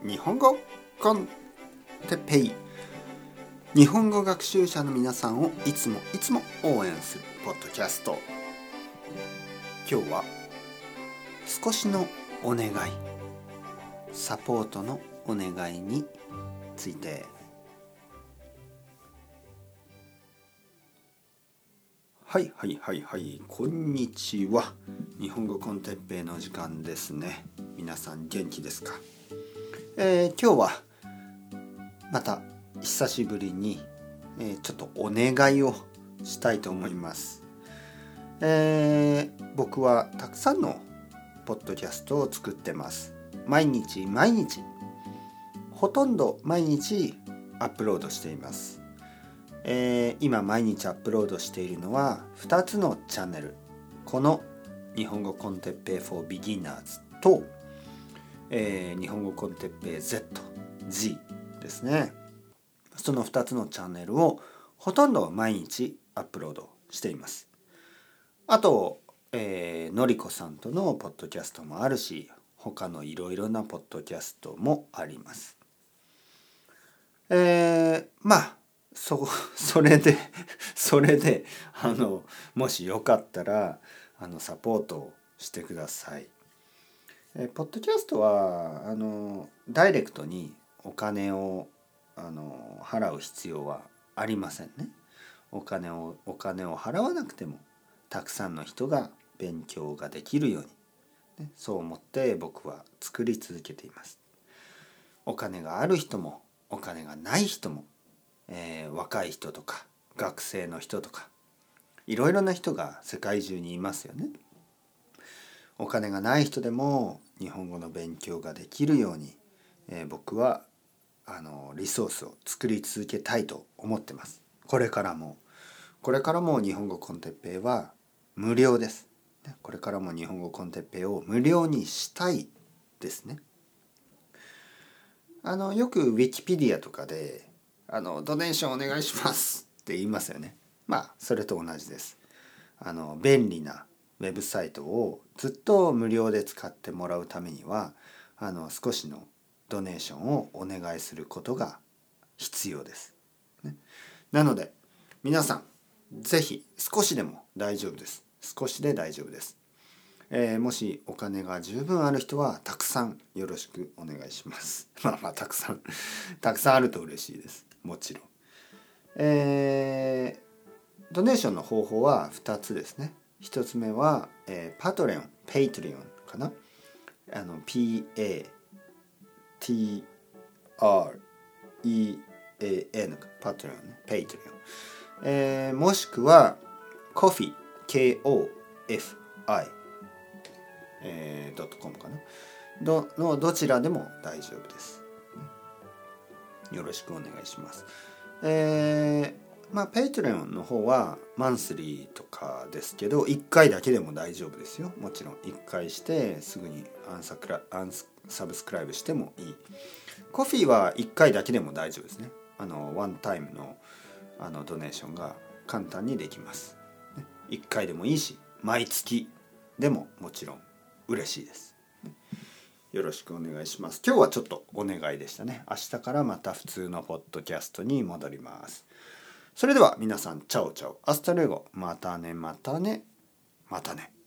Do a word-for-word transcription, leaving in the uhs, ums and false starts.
日本語コンテッペイ。日本語学習者の皆さんをいつもいつも応援するポッドキャスト。今日は少しのお願い、サポートのお願いについて。はいはいはいはいこんにちは。日本語コンテッペイの時間ですね。皆さん元気ですか？えー、今日はまた久しぶりに、えー、ちょっとお願いをしたいと思います。えー、僕はたくさんのポッドキャストを作ってます。毎日毎日ほとんど毎日アップロードしています。えー、今毎日アップロードしているのはふたつのチャンネル。この日本語コンテッペイ for Beginners と、えー、日本語コンテッペイ Z、Z ですね。そのふたつのチャンネルをほとんど毎日アップロードしています。あと、えー、のりこさんとのポッドキャストもあるし、他のいろいろなポッドキャストもあります。えー、まあそそれでそれであのもしよかったらあのサポートをしてください。えポッドキャストはあのダイレクトにお金をあの払う必要はありませんね。お金をお金を払わなくてもたくさんの人が勉強ができるように、ね、そう思って僕は作り続けています。お金がある人もお金がない人も、えー、若い人とか学生の人とかいろいろな人が世界中にいますよね。お金がない人でも日本語の勉強ができるように、えー、僕はあのリソースを作り続けたいと思ってます。これからもこれからも日本語コンテッペイは無料です。これからも日本語コンテッペイを無料にしたいですね。あのよくウィキペディアとかであのドネーションお願いしますって言いますよね。まあそれと同じです。あの便利なウェブサイトをずっと無料で使ってもらうためにはあの少しのドネーションをお願いすることが必要です、ね、なので皆さんぜひ少しでも大丈夫です。少しで大丈夫です、えー、もしお金が十分ある人はたくさんよろしくお願いしますまあまあたくさんたくさんあると嬉しいです。もちろん、えー、ドネーションの方法はふたつですね。ひとつめは、えー、パトレオン、ペイトリオンかな。あの ピーエーティーアールイーエーエヌ パトレオンね、ペイトリオン、えー、もしくはコフィ ケーオーエフアイ、えー、ドットコムかなどのどちらでも大丈夫です。よろしくお願いします。えーまあ、ペイトレオンの方はマンスリーとかですけどいっかいだけでも大丈夫ですよ。もちろんいっかいしてすぐにアンサクラアンサブスクライブしてもいい。コフィーはいっかいだけでも大丈夫ですね。あのワンタイムのあのドネーションが簡単にできます。いっかいでもいいし毎月でももちろん嬉しいです。よろしくお願いします。今日はちょっとお願いでしたね。明日からまた普通のポッドキャストに戻ります。それでは皆さんチャオチャオアスタルエゴ、またねまたねまたね。